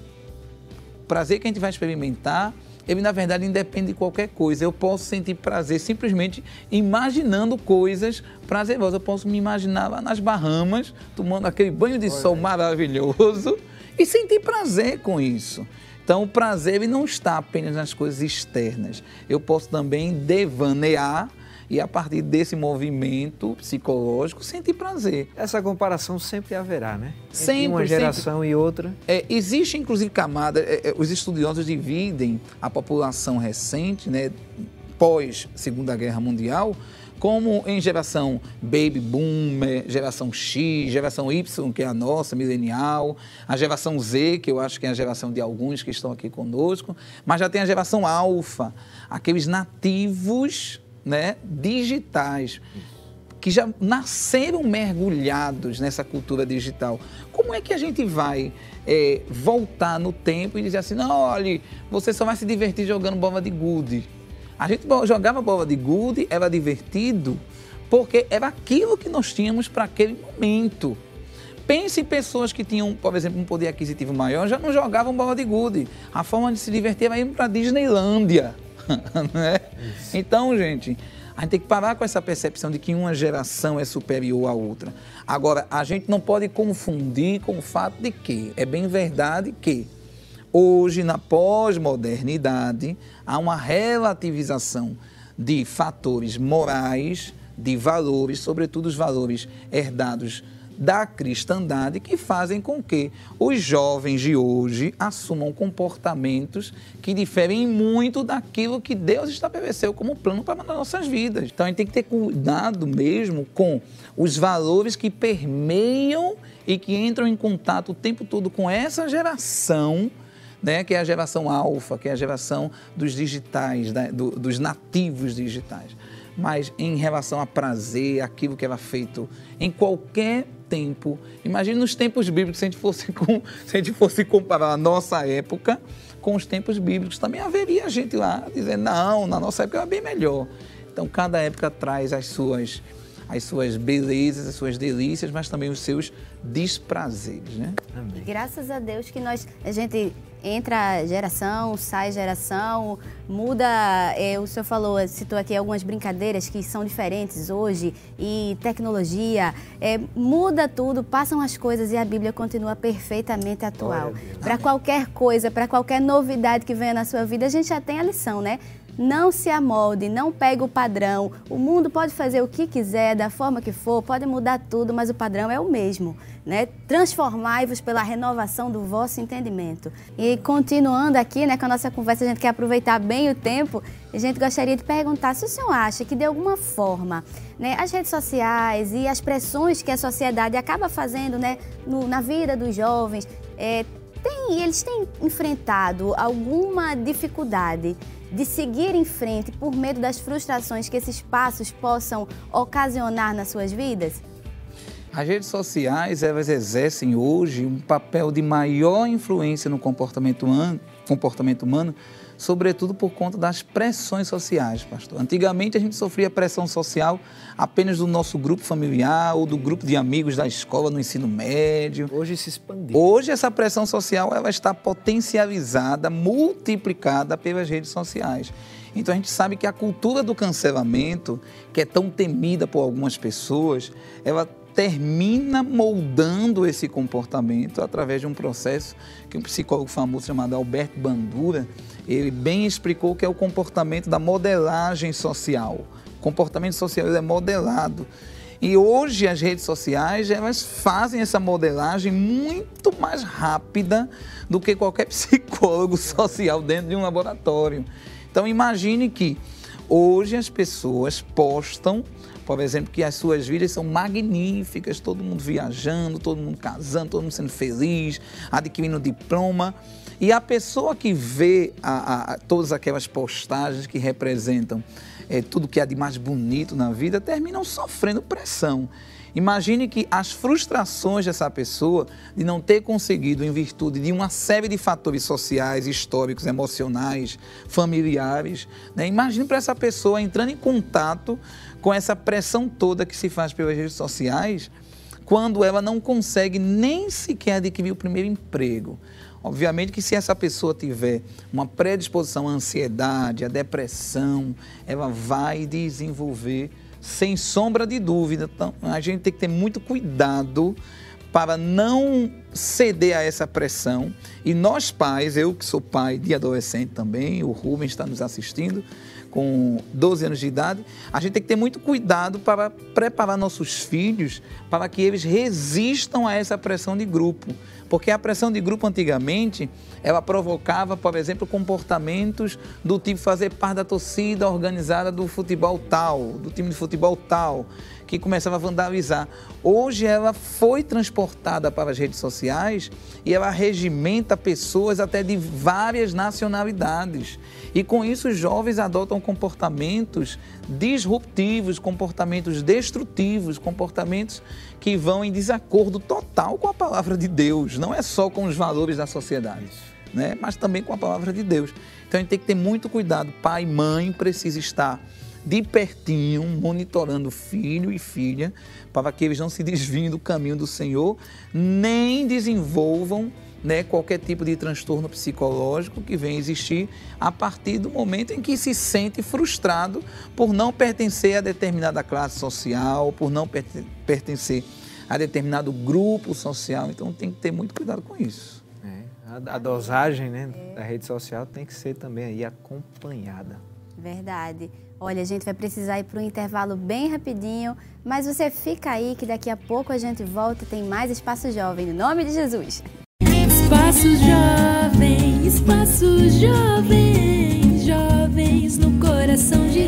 O prazer que a gente vai experimentar, ele, na verdade, independe de qualquer coisa. Eu posso sentir prazer simplesmente imaginando coisas prazerosas. Eu posso me imaginar lá nas Bahamas, tomando aquele banho de sol maravilhoso e sentir prazer com isso. Então, o prazer ele não está apenas nas coisas externas. Eu posso também devanear e, a partir desse movimento psicológico, sentir prazer. Essa comparação sempre haverá, né? Sempre. Entre uma geração sempre. e outra. É, existe, inclusive, camada... É, é, os estudiosos dividem a população recente, né, pós-Segunda Guerra Mundial, como em geração Baby Boomer, geração X, geração Y, que é a nossa, milenial, a geração Z, que eu acho que é a geração de alguns que estão aqui conosco, mas já tem a geração Alfa, aqueles nativos, né, digitais, que já nasceram mergulhados nessa cultura digital. Como é que a gente vai é, voltar no tempo e dizer assim, não, olha, você só vai se divertir jogando bola de gude? A gente jogava bola de gude, era divertido, porque era aquilo que nós tínhamos para aquele momento. Pense em pessoas que tinham, por exemplo, um poder aquisitivo maior, já não jogavam bola de gude. A forma de se divertir era ir para a Disneylândia. Né? Então, gente, a gente tem que parar com essa percepção de que uma geração é superior à outra. Agora, a gente não pode confundir com o fato de que é bem verdade que hoje, na pós-modernidade, há uma relativização de fatores morais, de valores, sobretudo os valores herdados da cristandade, que fazem com que os jovens de hoje assumam comportamentos que diferem muito daquilo que Deus estabeleceu como plano para as nossas vidas. Então, a gente tem que ter cuidado mesmo com os valores que permeiam e que entram em contato o tempo todo com essa geração, né, que é a geração alfa, que é a geração dos digitais, né, do, dos nativos digitais. Mas em relação a prazer, aquilo que era feito em qualquer tempo, imagine nos tempos bíblicos, se a gente fosse, com, se a gente fosse comparar a nossa época com os tempos bíblicos, também haveria gente lá dizendo, não, na nossa época era bem melhor. Então, cada época traz as suas, as suas belezas, as suas delícias, mas também os seus desprazeres, né? Amém. Graças a Deus que nós, a gente entra geração, sai geração, muda, é, o senhor falou, citou aqui algumas brincadeiras que são diferentes hoje e tecnologia, é, muda tudo, passam as coisas e a Bíblia continua perfeitamente atual. Para qualquer coisa, para qualquer novidade que venha na sua vida, a gente já tem a lição, né? Não se amolde, não pegue o padrão. O mundo pode fazer o que quiser, da forma que for, pode mudar tudo, mas o padrão é o mesmo, né? Transformai-vos pela renovação do vosso entendimento. E continuando aqui, né, com a nossa conversa, a gente quer aproveitar bem o tempo, a gente gostaria de perguntar se o senhor acha que, de alguma forma, né, as redes sociais e as pressões que a sociedade acaba fazendo, né, no, na vida dos jovens, é, tem, eles têm enfrentado alguma dificuldade de seguir em frente por medo das frustrações que esses passos possam ocasionar nas suas vidas? As redes sociais, elas exercem hoje um papel de maior influência no comportamento humano, comportamento humano, sobretudo por conta das pressões sociais, pastor. Antigamente a gente sofria pressão social apenas do nosso grupo familiar ou do grupo de amigos da escola no ensino médio. Hoje se expandiu. Hoje essa pressão social ela está potencializada, multiplicada pelas redes sociais. Então a gente sabe que a cultura do cancelamento, que é tão temida por algumas pessoas, ela termina moldando esse comportamento através de um processo que um psicólogo famoso chamado Alberto Bandura, ele bem explicou que é o comportamento da modelagem social. comportamento social ele é modelado. E hoje as redes sociais, elas fazem essa modelagem muito mais rápida do que qualquer psicólogo social dentro de um laboratório. Então imagine que hoje as pessoas postam, por exemplo, que as suas vidas são magníficas, todo mundo viajando, todo mundo casando, todo mundo sendo feliz, adquirindo diploma. E a pessoa que vê a, a, todas aquelas postagens que representam é, tudo que há de mais bonito na vida, terminam sofrendo pressão. Imagine que as frustrações dessa pessoa de não ter conseguido, em virtude de uma série de fatores sociais, históricos, emocionais, familiares, né? Imagine para essa pessoa entrando em contato com essa pressão toda que se faz pelas redes sociais, quando ela não consegue nem sequer adquirir o primeiro emprego. Obviamente que se essa pessoa tiver uma predisposição à ansiedade, à depressão, ela vai desenvolver sem sombra de dúvida. Então, a gente tem que ter muito cuidado para não ceder a essa pressão. E nós pais, eu que sou pai de adolescente também, o Rubens está nos assistindo, com doze anos de idade, a gente tem que ter muito cuidado para preparar nossos filhos para que eles resistam a essa pressão de grupo. Porque a pressão de grupo antigamente, ela provocava, por exemplo, comportamentos do tipo fazer parte da torcida organizada do futebol tal, do time de futebol tal, que começava a vandalizar. Hoje ela foi transportada para as redes sociais e ela regimenta pessoas até de várias nacionalidades. E com isso os jovens adotam comportamentos disruptivos, comportamentos destrutivos, comportamentos que vão em desacordo total com a palavra de Deus. Não é só com os valores da sociedade, né? Mas também com a palavra de Deus. Então a gente tem que ter muito cuidado. Pai e mãe precisam estar de pertinho, monitorando filho e filha, para que eles não se desviem do caminho do Senhor, nem desenvolvam, né, qualquer tipo de transtorno psicológico que venha existir a partir do momento em que se sente frustrado por não pertencer a determinada classe social, por não pertencer a determinado grupo social. Então tem que ter muito cuidado com isso. É, a, a dosagem, né, da rede social tem que ser também aí acompanhada. Verdade. Olha, a gente vai precisar ir para um intervalo bem rapidinho, mas você fica aí que daqui a pouco a gente volta e tem mais Espaço Jovem, no nome de Jesus. Espaço Jovem, Espaço Jovem, jovens no coração de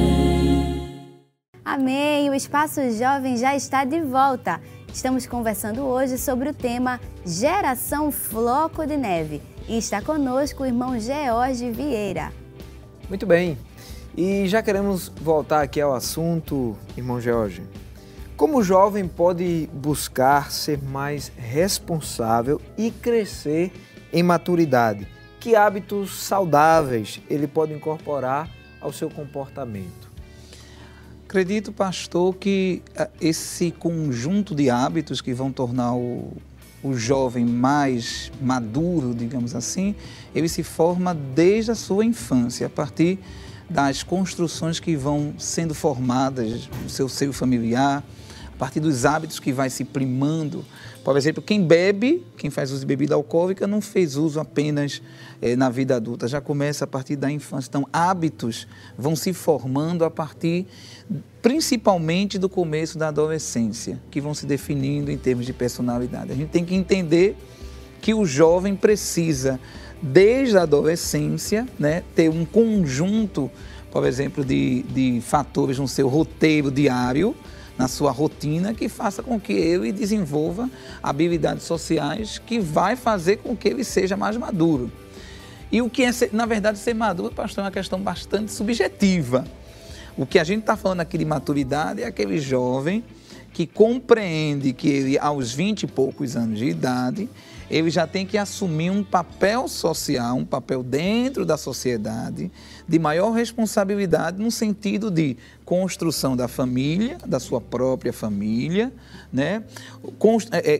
Deus. Amém, o Espaço Jovem já está de volta. Estamos conversando hoje sobre o tema Geração Floco de Neve. E está conosco o irmão George Vieira. Muito bem, e já queremos voltar aqui ao assunto, irmão George. Como o jovem pode buscar ser mais responsável e crescer em maturidade? Que hábitos saudáveis ele pode incorporar ao seu comportamento? Acredito, pastor, que esse conjunto de hábitos que vão tornar o, o jovem mais maduro, digamos assim, ele se forma desde a sua infância, a partir das construções que vão sendo formadas no seu seio familiar, a partir dos hábitos que vai se primando. Por exemplo, quem bebe, quem faz uso de bebida alcoólica, não fez uso apenas é, na vida adulta, já começa a partir da infância. Então, hábitos vão se formando a partir, principalmente, do começo da adolescência, que vão se definindo em termos de personalidade. A gente tem que entender que o jovem precisa, desde a adolescência, né, ter um conjunto, por exemplo, de, de fatores no seu roteiro diário, na sua rotina, que faça com que ele desenvolva habilidades sociais que vai fazer com que ele seja mais maduro. E o que é, ser, na verdade, ser maduro, pastor, é uma questão bastante subjetiva. O que a gente está falando aqui de maturidade é aquele jovem que compreende que ele, aos vinte e poucos anos de idade, ele já tem que assumir um papel social, um papel dentro da sociedade, de maior responsabilidade no sentido de construção da família, da sua própria família, né? Const- é,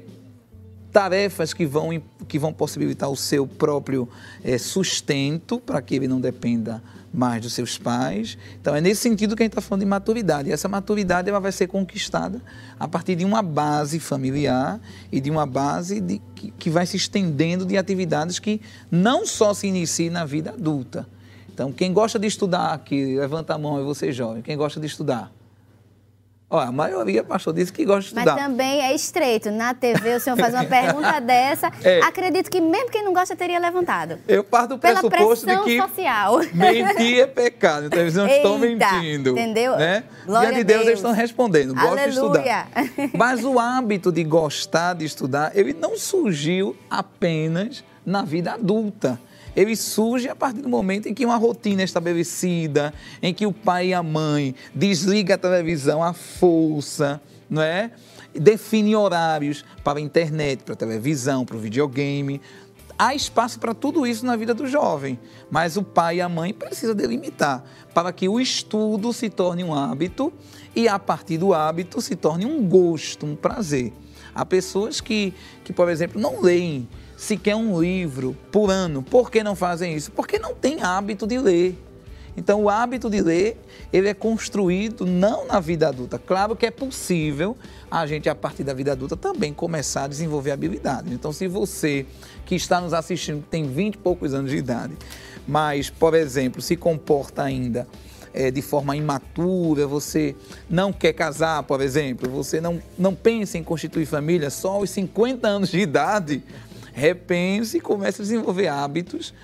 tarefas que vão, que vão possibilitar o seu próprio é, sustento, para que ele não dependa mais dos seus pais. Então, é nesse sentido que a gente está falando de maturidade. E essa maturidade ela vai ser conquistada a partir de uma base familiar e de uma base de, que, que vai se estendendo de atividades que não só se iniciam na vida adulta. Então, quem gosta de estudar aqui, levanta a mão, é você jovem. Quem gosta de estudar? Olha, a maioria, pastor, disse que gosta de estudar. Mas também é estreito. Na T V, o senhor faz uma pergunta dessa, é. acredito que mesmo quem não gosta teria levantado. Eu parto do pressuposto de que social. mentir é pecado. Então, eles não Eita, estão mentindo. Entendeu? Né? Glória Diante de Deus, Deus, eles estão respondendo. Gosto de estudar. Aleluia. Mas o hábito de gostar de estudar, ele não surgiu apenas na vida adulta. Ele surge a partir do momento em que uma rotina é estabelecida, em que o pai e a mãe desligam a televisão à força, não é? Definem horários para a internet, para a televisão, para o videogame. Há espaço para tudo isso na vida do jovem, mas o pai e a mãe precisam delimitar para que o estudo se torne um hábito e, a partir do hábito, se torne um gosto, um prazer. Há pessoas que, que por exemplo, não leem sequer um livro por ano. Por que não fazem isso? Porque não têm hábito de ler. Então, o hábito de ler, ele é construído não na vida adulta. Claro que é possível a gente, a partir da vida adulta, também começar a desenvolver habilidades. Então, se você que está nos assistindo tem vinte e poucos anos de idade, mas, por exemplo, se comporta ainda é, de forma imatura, você não quer casar, por exemplo, você não, não pensa em constituir família só aos cinquenta anos de idade, repense e comece a desenvolver hábitos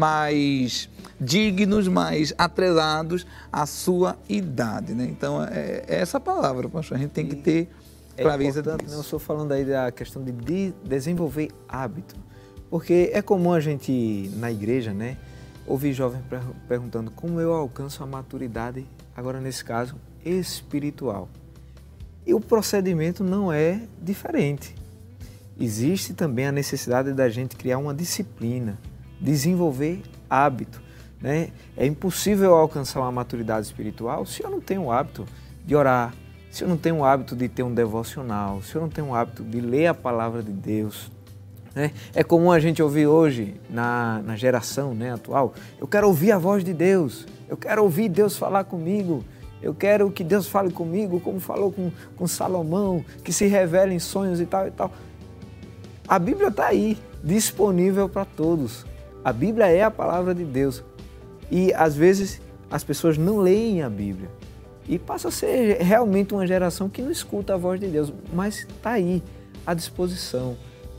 mais dignos, mais atrelados à sua idade, né? Então, é, é essa palavra, pastor, a gente tem que ter clareza disso. É importante, não estou falando aí da questão de, de desenvolver hábito, porque é comum a gente, na igreja, né, ouvir jovens perguntando como eu alcanço a maturidade, agora nesse caso, espiritual. E o procedimento não é diferente. Existe também a necessidade da gente criar uma disciplina, desenvolver hábito, né? É impossível alcançar uma maturidade espiritual se eu não tenho o hábito de orar, se eu não tenho o hábito de ter um devocional, se eu não tenho o hábito de ler a palavra de Deus, né? É comum a gente ouvir hoje, na, na geração, né, atual, eu quero ouvir a voz de Deus, eu quero ouvir Deus falar comigo, eu quero que Deus fale comigo, como falou com, com Salomão, que se revele em sonhos e tal e tal. A Bíblia está aí, disponível para todos. A Bíblia é a palavra de Deus. E, às vezes, as pessoas não leem a Bíblia. E passa a ser realmente uma geração que não escuta a voz de Deus. Mas está aí, à disposição.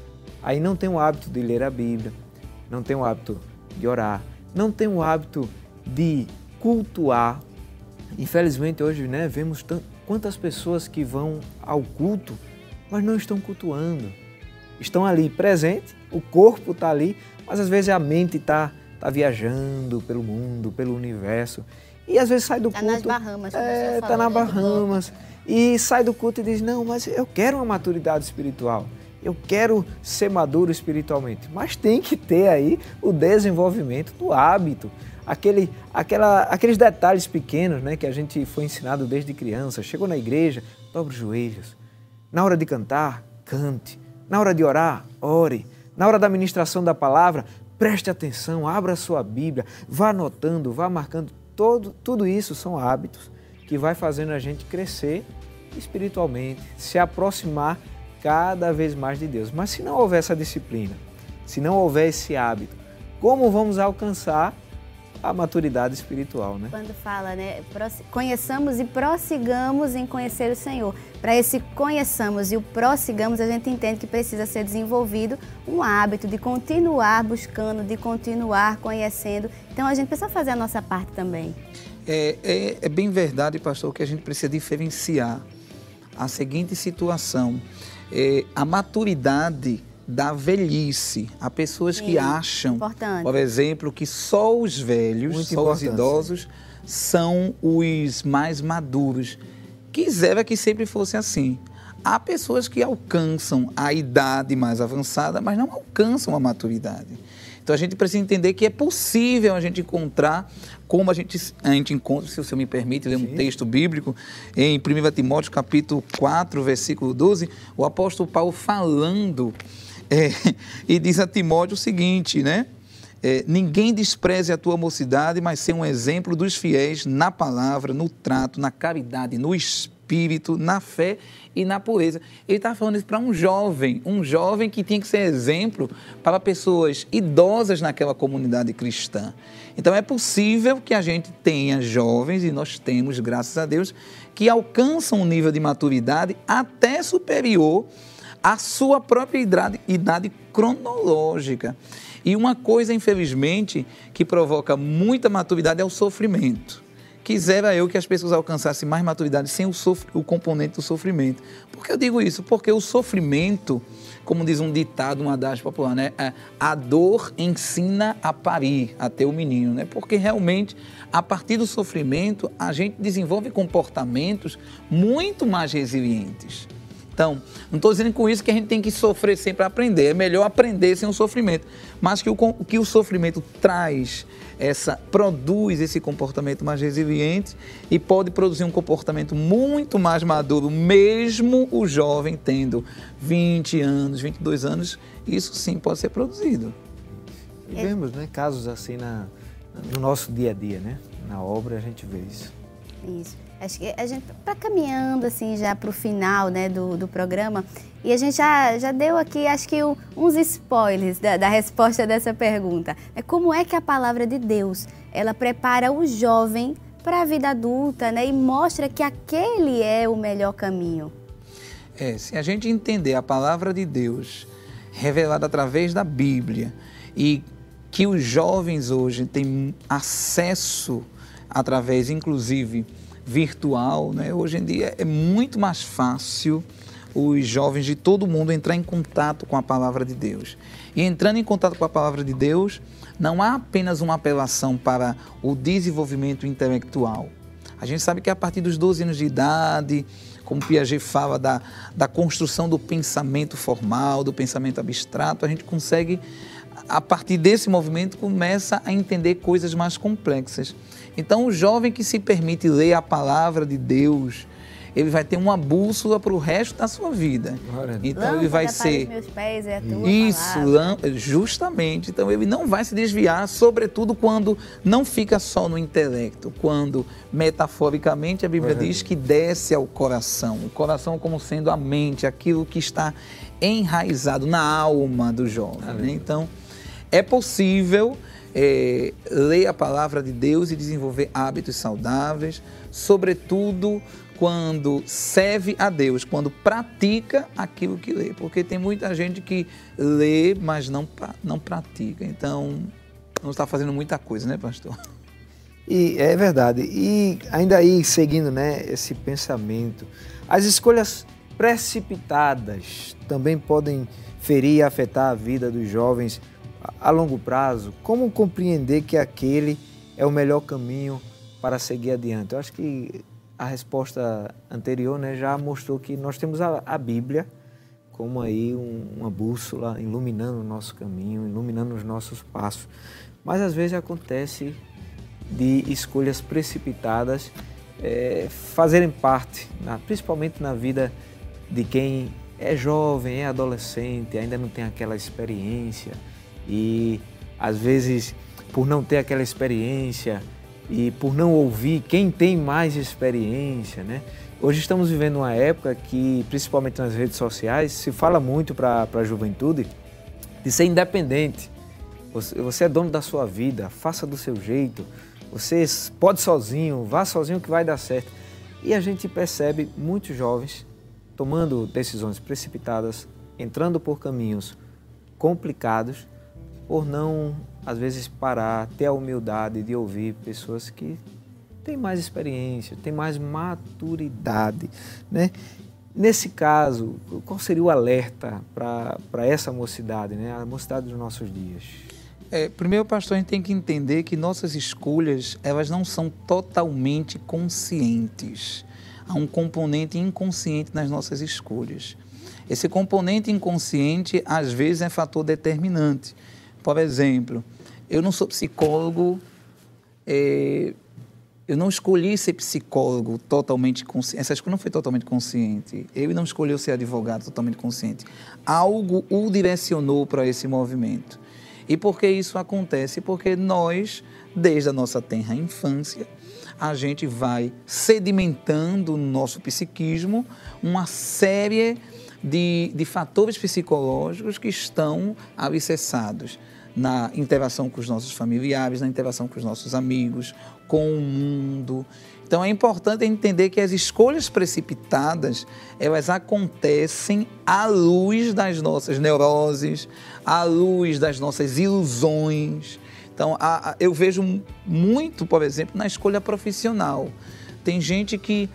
Aí não tem o hábito de ler a Bíblia, não tem o hábito de orar, não tem o hábito de cultuar. Infelizmente, hoje, né, vemos tant- quantas pessoas que vão ao culto, mas não estão cultuando. Estão ali presentes, o corpo está ali, mas às vezes a mente está tá viajando pelo mundo, pelo universo. E às vezes sai do tá culto... Está nas Bahamas. É, está nas Bahamas. E sai do culto e diz, não, mas eu quero uma maturidade espiritual. Eu quero ser maduro espiritualmente. Mas tem que ter aí o desenvolvimento do hábito. Aquele, aquela, aqueles detalhes pequenos, né, que a gente foi ensinado desde criança. Chegou na igreja, dobre os joelhos. Na hora de cantar, cante. Na hora de orar, ore. Na hora da ministração da palavra, preste atenção, abra a sua Bíblia, vá anotando, vá marcando. Todo, tudo isso são hábitos que vai fazendo a gente crescer espiritualmente, se aproximar cada vez mais de Deus. Mas se não houver essa disciplina, se não houver esse hábito, como vamos alcançar a maturidade espiritual, né? Quando fala, né, conheçamos e prossigamos em conhecer o Senhor. Para esse conheçamos e o prossigamos, a gente entende que precisa ser desenvolvido um hábito de continuar buscando, de continuar conhecendo. Então, a gente precisa fazer a nossa parte também. É, é, é bem verdade, pastor, que a gente precisa diferenciar a seguinte situação. É, a maturidade da velhice. Há pessoas Sim, que acham, importante. por exemplo, que só os velhos, Muito só os idosos são os mais maduros. Quisera que sempre fosse assim. Há pessoas que alcançam a idade mais avançada, mas não alcançam a maturidade. Então a gente precisa entender que é possível a gente encontrar, como a gente, a gente encontra, se o senhor me permite, ler um Sim. texto bíblico, em primeira Timóteo capítulo quatro, versículo doze, o apóstolo Paulo falando, é, e diz a Timóteo o seguinte, né? é, ninguém despreze a tua mocidade, mas ser um exemplo dos fiéis na palavra, no trato, na caridade, no espírito, na fé e na pureza. Ele está falando isso para um jovem, um jovem que tinha que ser exemplo para pessoas idosas naquela comunidade cristã. Então é possível que a gente tenha jovens, e nós temos, graças a Deus, que alcançam um nível de maturidade até superior à sua própria idade, idade cronológica. E uma coisa, infelizmente, que provoca muita maturidade é o sofrimento. Quisera eu que as pessoas alcançassem mais maturidade sem o, sof- o componente do sofrimento. Por que eu digo isso? Porque o sofrimento, como diz um ditado, um adágio popular, né? A dor ensina a parir, a ter o menino, né? Porque realmente, a partir do sofrimento, a gente desenvolve comportamentos muito mais resilientes. Então, não estou dizendo com isso que a gente tem que sofrer sempre para aprender, é melhor aprender sem o sofrimento, mas que o, que o sofrimento traz, essa, produz esse comportamento mais resiliente e pode produzir um comportamento muito mais maduro, mesmo o jovem tendo vinte anos, vinte e dois anos, isso sim pode ser produzido. E vemos, né, casos assim na, no nosso dia a dia, né? Na obra a gente vê isso. Isso. Acho que a gente está caminhando assim já para o final, né, do, do programa, e a gente já, já deu aqui, acho que um, uns spoilers da, da resposta dessa pergunta. É como é que a palavra de Deus, ela prepara o jovem para a vida adulta, né, e mostra que aquele é o melhor caminho. É, se a gente entender a palavra de Deus revelada através da Bíblia e que os jovens hoje têm acesso através, inclusive, virtual, né? Hoje em dia é muito mais fácil os jovens de todo mundo entrar em contato com a palavra de Deus. E entrando em contato com a palavra de Deus, não há apenas uma apelação para o desenvolvimento intelectual. A gente sabe que a partir dos doze anos de idade, como Piaget fala da, da construção do pensamento formal, do pensamento abstrato, a gente consegue, a partir desse movimento, começa a entender coisas mais complexas. Então, o jovem que se permite ler a palavra de Deus, ele vai ter uma bússola para o resto da sua vida. Então, lâmpada ele vai para ser... os meus pés é a tua Isso, lã... justamente. Então, ele não vai se desviar, sobretudo quando não fica só no intelecto, quando, metaforicamente, a Bíblia Uhum. diz que desce ao coração. O coração como sendo a mente, aquilo que está enraizado na alma do jovem. Né? Então, é possível... É, ler a palavra de Deus e desenvolver hábitos saudáveis, sobretudo quando serve a Deus, quando pratica aquilo que lê, porque tem muita gente que lê, mas não, não pratica, então não está fazendo muita coisa, né, pastor? E é verdade, e ainda aí seguindo, né, esse pensamento, as escolhas precipitadas também podem ferir e afetar a vida dos jovens a longo prazo. Como compreender que aquele é o melhor caminho para seguir adiante? Eu acho que a resposta anterior, né, já mostrou que nós temos a, a Bíblia como aí um, uma bússola iluminando o nosso caminho, iluminando os nossos passos. Mas às vezes acontece de escolhas precipitadas é, fazerem parte, na, principalmente na vida de quem é jovem, é adolescente, ainda não tem aquela experiência. E, às vezes, por não ter aquela experiência e por não ouvir quem tem mais experiência, né? Hoje estamos vivendo uma época que, principalmente nas redes sociais, se fala muito para a juventude de ser independente. Você, você é dono da sua vida, faça do seu jeito, você pode sozinho, vá sozinho que vai dar certo. E a gente percebe muitos jovens tomando decisões precipitadas, entrando por caminhos complicados, por não, às vezes, parar, ter a humildade de ouvir pessoas que têm mais experiência, têm mais maturidade, né? Nesse caso, qual seria o alerta para essa mocidade, né? A mocidade dos nossos dias? É, primeiro, pastor, a gente tem que entender que nossas escolhas, elas não são totalmente conscientes. Há um componente inconsciente nas nossas escolhas. Esse componente inconsciente, às vezes, é fator determinante. Por exemplo, eu não sou psicólogo, é, eu não escolhi ser psicólogo totalmente consciente, essa escolha não foi totalmente consciente, ele não escolheu ser advogado totalmente consciente. Algo o direcionou para esse movimento. E por que isso acontece? Porque nós, desde a nossa tenra infância, a gente vai sedimentando no nosso psiquismo uma série de, de fatores psicológicos que estão alicerçados na interação com os nossos familiares, na interação com os nossos amigos, com o mundo. Então é importante entender que as escolhas precipitadas, elas acontecem à luz das nossas neuroses, à luz das nossas ilusões. Então a, a, eu vejo muito, por exemplo, na escolha profissional. Tem gente que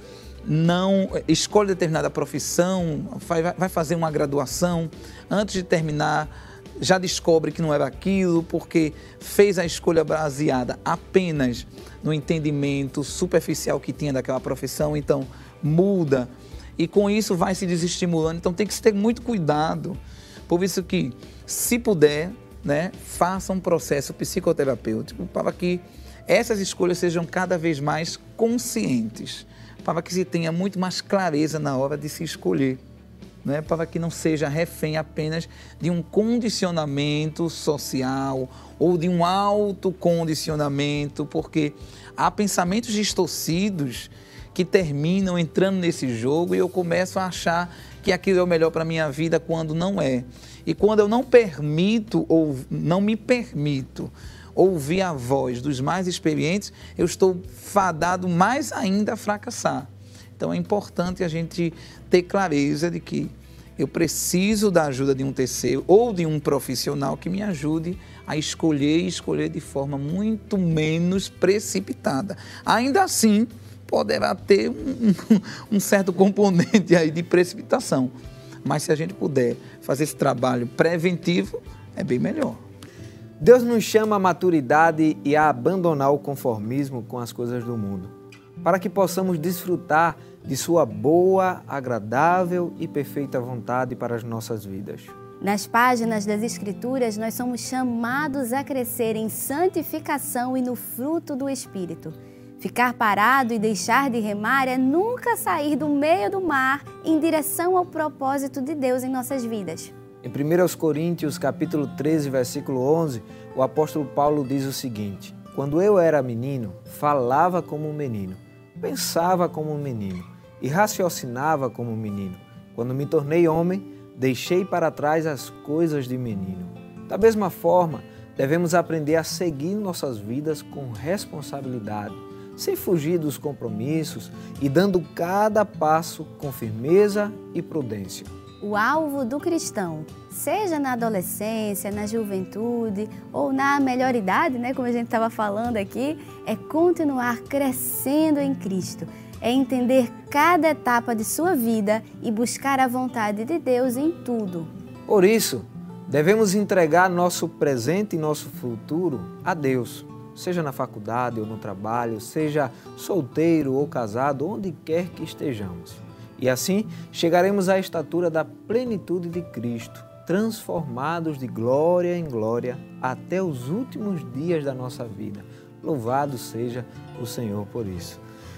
não escolhe determinada profissão, vai, vai fazer uma graduação, antes de terminar já descobre que não era aquilo, porque fez a escolha baseada apenas no entendimento superficial que tinha daquela profissão, então muda, e com isso vai se desestimulando. Então tem que se ter muito cuidado, por isso que, se puder, né, faça um processo psicoterapêutico para que essas escolhas sejam cada vez mais conscientes, para que se tenha muito mais clareza na hora de se escolher. Né, para que não seja refém apenas de um condicionamento social ou de um autocondicionamento, porque há pensamentos distorcidos que terminam entrando nesse jogo e eu começo a achar que aquilo é o melhor para a minha vida quando não é. E quando eu não permito ou não me permito ouvir a voz dos mais experientes, eu estou fadado mais ainda a fracassar. Então é importante a gente ter clareza de que eu preciso da ajuda de um terceiro ou de um profissional que me ajude a escolher e escolher de forma muito menos precipitada. Ainda assim, poderá ter um, um certo componente aí de precipitação, mas se a gente puder fazer esse trabalho preventivo, é bem melhor. Deus nos chama à maturidade e a abandonar o conformismo com as coisas do mundo, para que possamos desfrutar de sua boa, agradável e perfeita vontade para as nossas vidas. Nas páginas das Escrituras, nós somos chamados a crescer em santificação e no fruto do Espírito. Ficar parado e deixar de remar é nunca sair do meio do mar em direção ao propósito de Deus em nossas vidas. Em primeira Coríntios, capítulo treze, versículo onze, o apóstolo Paulo diz o seguinte: quando eu era menino, falava como um menino, pensava como um menino e raciocinava como um menino. Quando me tornei homem, deixei para trás as coisas de menino. Da mesma forma, devemos aprender a seguir nossas vidas com responsabilidade, sem fugir dos compromissos e dando cada passo com firmeza e prudência. O alvo do cristão, seja na adolescência, na juventude ou na melhor idade, né, como a gente estava falando aqui, é continuar crescendo em Cristo, é entender cada etapa de sua vida e buscar a vontade de Deus em tudo. Por isso, devemos entregar nosso presente e nosso futuro a Deus, seja na faculdade ou no trabalho, seja solteiro ou casado, onde quer que estejamos. E assim chegaremos à estatura da plenitude de Cristo, transformados de glória em glória até os últimos dias da nossa vida. Louvado seja o Senhor por isso.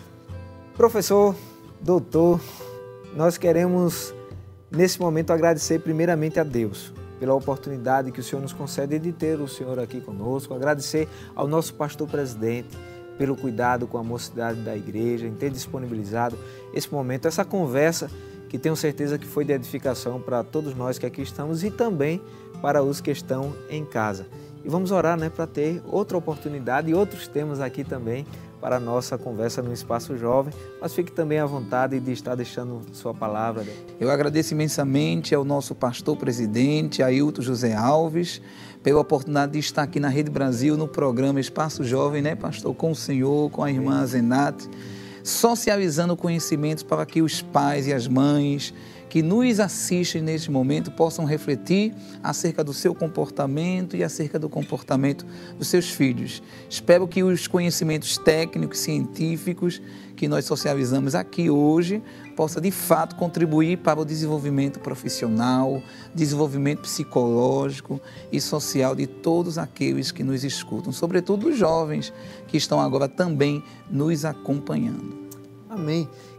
Professor, doutor, nós queremos nesse momento agradecer primeiramente a Deus pela oportunidade que o Senhor nos concede de ter o Senhor aqui conosco, agradecer ao nosso pastor presidente pelo cuidado com a mocidade da igreja, em ter disponibilizado esse momento, essa conversa que tenho certeza que foi de edificação para todos nós que aqui estamos e também para os que estão em casa. E vamos orar, né, para ter outra oportunidade e outros temas aqui também para a nossa conversa no Espaço Jovem, mas fique também à vontade de estar deixando sua palavra. Eu agradeço imensamente ao nosso pastor presidente, Ailton José Alves, pela oportunidade de estar aqui na Rede Brasil, no programa Espaço Jovem, né, pastor, com o senhor, com a irmã Zenate, socializando conhecimentos para que os pais e as mães que nos assistem neste momento possam refletir acerca do seu comportamento e acerca do comportamento dos seus filhos. Espero que os conhecimentos técnicos, científicos que nós socializamos aqui hoje possa de fato contribuir para o desenvolvimento profissional, desenvolvimento psicológico e social de todos aqueles que nos escutam, sobretudo os jovens que estão agora também nos acompanhando. Amém.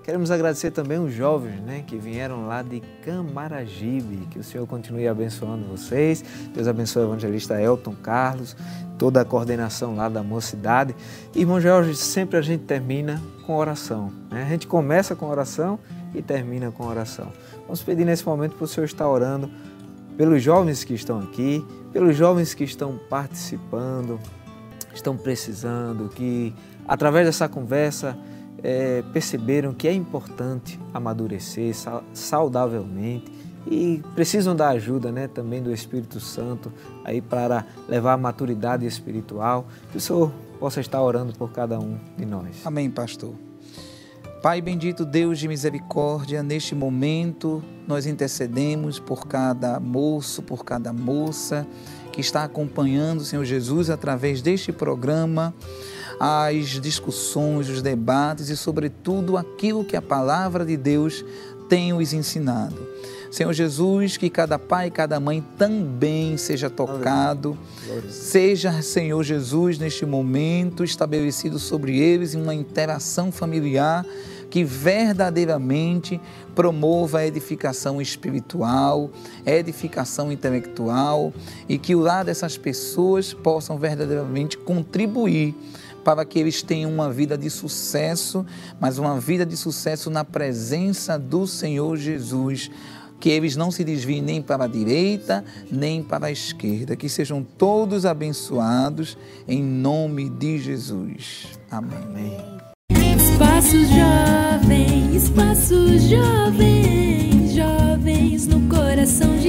Queremos agradecer também os jovens, né, que vieram lá de Camaragibe. Que o Senhor continue abençoando vocês. Deus abençoe o evangelista Elton Carlos, toda a coordenação lá da mocidade. Irmão Jorge, sempre a gente termina com oração, né? A gente começa com oração e termina com oração. Vamos pedir nesse momento para o Senhor estar orando pelos jovens que estão aqui, pelos jovens que estão participando, estão precisando, que através dessa conversa é, perceberam que é importante amadurecer saudavelmente e precisam da ajuda, né, também do Espírito Santo aí para levar a maturidade espiritual. Que o Senhor possa estar orando por cada um de nós. Amém, pastor. Pai bendito, Deus de misericórdia, neste momento nós intercedemos por cada moço, por cada moça que está acompanhando o Senhor Jesus através deste programa, as discussões, os debates e, sobretudo, aquilo que a palavra de Deus tem os ensinado. Senhor Jesus, que cada pai e cada mãe também seja tocado, seja, Senhor Jesus, neste momento estabelecido sobre eles uma interação familiar que verdadeiramente promova a edificação espiritual, a edificação intelectual e que o lar dessas pessoas possam verdadeiramente contribuir para que eles tenham uma vida de sucesso, mas uma vida de sucesso na presença do Senhor Jesus. Que eles não se desviem nem para a direita, nem para a esquerda. Que sejam todos abençoados em nome de Jesus. Amém. Amém. Espaço Jovem, Espaço Jovem, jovens no coração de